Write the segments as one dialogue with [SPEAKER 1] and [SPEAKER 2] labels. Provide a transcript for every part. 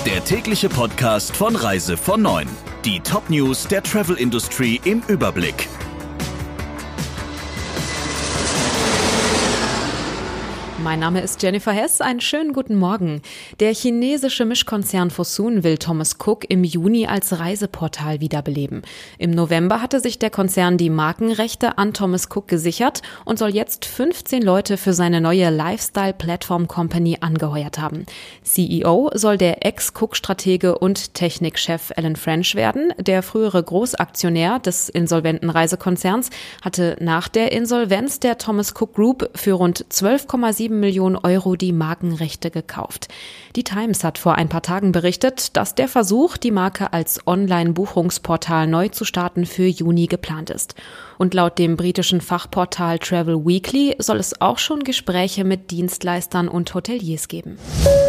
[SPEAKER 1] Der tägliche Podcast von Reise von 9. Die Top-News der Travel-Industrie im Überblick.
[SPEAKER 2] Mein Name ist Jennifer Hess. Einen schönen guten Morgen. Der chinesische Mischkonzern Fosun will Thomas Cook im Juni als Reiseportal wiederbeleben. Im November hatte sich der Konzern die Markenrechte an Thomas Cook gesichert und soll jetzt 15 Leute für seine neue Lifestyle-Plattform-Company angeheuert haben. CEO soll der Ex-Cook-Stratege und Technikchef Alan French werden. Der frühere Großaktionär des insolventen Reisekonzerns hatte nach der Insolvenz der Thomas Cook Group für rund 12,7 Millionen Euro die Markenrechte gekauft. Die Times hat vor ein paar Tagen berichtet, dass der Versuch, die Marke als Online-Buchungsportal neu zu starten, für Juni geplant ist. Und laut dem britischen Fachportal Travel Weekly soll es auch schon Gespräche mit Dienstleistern und Hoteliers geben.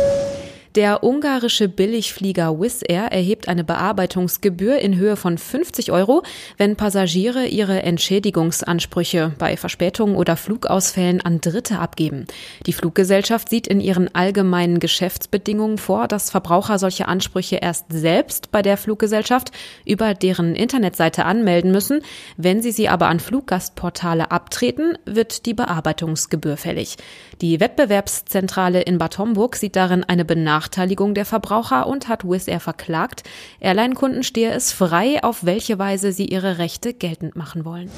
[SPEAKER 2] Der ungarische Billigflieger Wizz Air erhebt eine Bearbeitungsgebühr in Höhe von 50 Euro, wenn Passagiere ihre Entschädigungsansprüche bei Verspätungen oder Flugausfällen an Dritte abgeben. Die Fluggesellschaft sieht in ihren allgemeinen Geschäftsbedingungen vor, dass Verbraucher solche Ansprüche erst selbst bei der Fluggesellschaft über deren Internetseite anmelden müssen. Wenn sie aber an Fluggastportale abtreten, wird die Bearbeitungsgebühr fällig. Die Wettbewerbszentrale in Bad Homburg sieht darin eine Benachteiligung der Verbraucher und hat Wizz Air verklagt. Airline-Kunden stehe es frei, auf welche Weise sie ihre Rechte geltend machen wollen.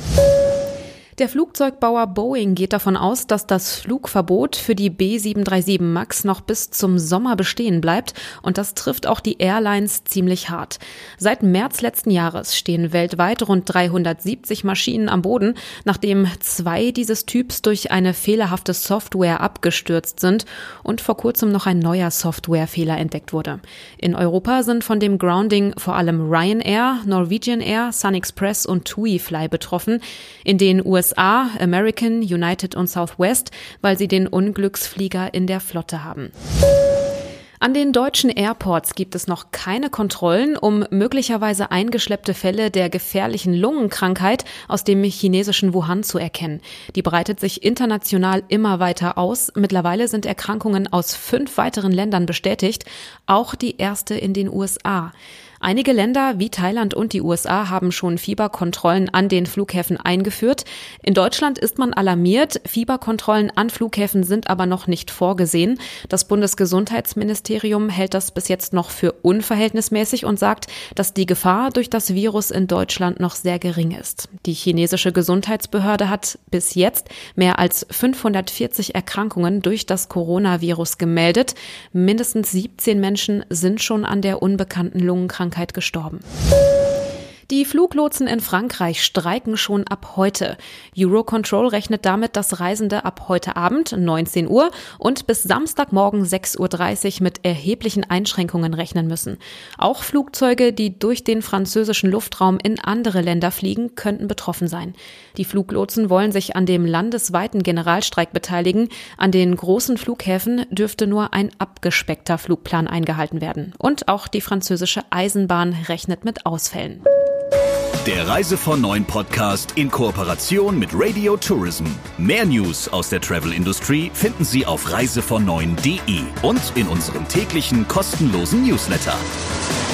[SPEAKER 2] Der Flugzeugbauer Boeing geht davon aus, dass das Flugverbot für die B737 MAX noch bis zum Sommer bestehen bleibt, und das trifft auch die Airlines ziemlich hart. Seit März letzten Jahres stehen weltweit rund 370 Maschinen am Boden, nachdem 2 dieses Typs durch eine fehlerhafte Software abgestürzt sind und vor kurzem noch ein neuer Softwarefehler entdeckt wurde. In Europa sind von dem Grounding vor allem Ryanair, Norwegian Air, Sun Express und TUI Fly betroffen. In den USA, American, United und Southwest, weil sie den Unglücksflieger in der Flotte haben. An den deutschen Airports gibt es noch keine Kontrollen, um möglicherweise eingeschleppte Fälle der gefährlichen Lungenkrankheit aus dem chinesischen Wuhan zu erkennen. Die breitet sich international immer weiter aus. Mittlerweile sind Erkrankungen aus 5 weiteren Ländern bestätigt, auch die erste in den USA. Einige Länder wie Thailand und die USA haben schon Fieberkontrollen an den Flughäfen eingeführt. In Deutschland ist man alarmiert. Fieberkontrollen an Flughäfen sind aber noch nicht vorgesehen. Das Bundesgesundheitsministerium hält das bis jetzt noch für unverhältnismäßig und sagt, dass die Gefahr durch das Virus in Deutschland noch sehr gering ist. Die chinesische Gesundheitsbehörde hat bis jetzt mehr als 540 Erkrankungen durch das Coronavirus gemeldet. Mindestens 17 Menschen sind schon an der unbekannten Lungenkrankheit gestorben. Die Fluglotsen in Frankreich streiken schon ab heute. Eurocontrol rechnet damit, dass Reisende ab heute Abend 19 Uhr und bis Samstagmorgen 6:30 Uhr mit erheblichen Einschränkungen rechnen müssen. Auch Flugzeuge, die durch den französischen Luftraum in andere Länder fliegen, könnten betroffen sein. Die Fluglotsen wollen sich an dem landesweiten Generalstreik beteiligen. An den großen Flughäfen dürfte nur ein abgespeckter Flugplan eingehalten werden. Und auch die französische Eisenbahn rechnet mit Ausfällen.
[SPEAKER 1] Der Reise von 9 Podcast in Kooperation mit Radio Tourism. Mehr News aus der Travel-Industrie finden Sie auf reisevon9.de und in unserem täglichen kostenlosen Newsletter.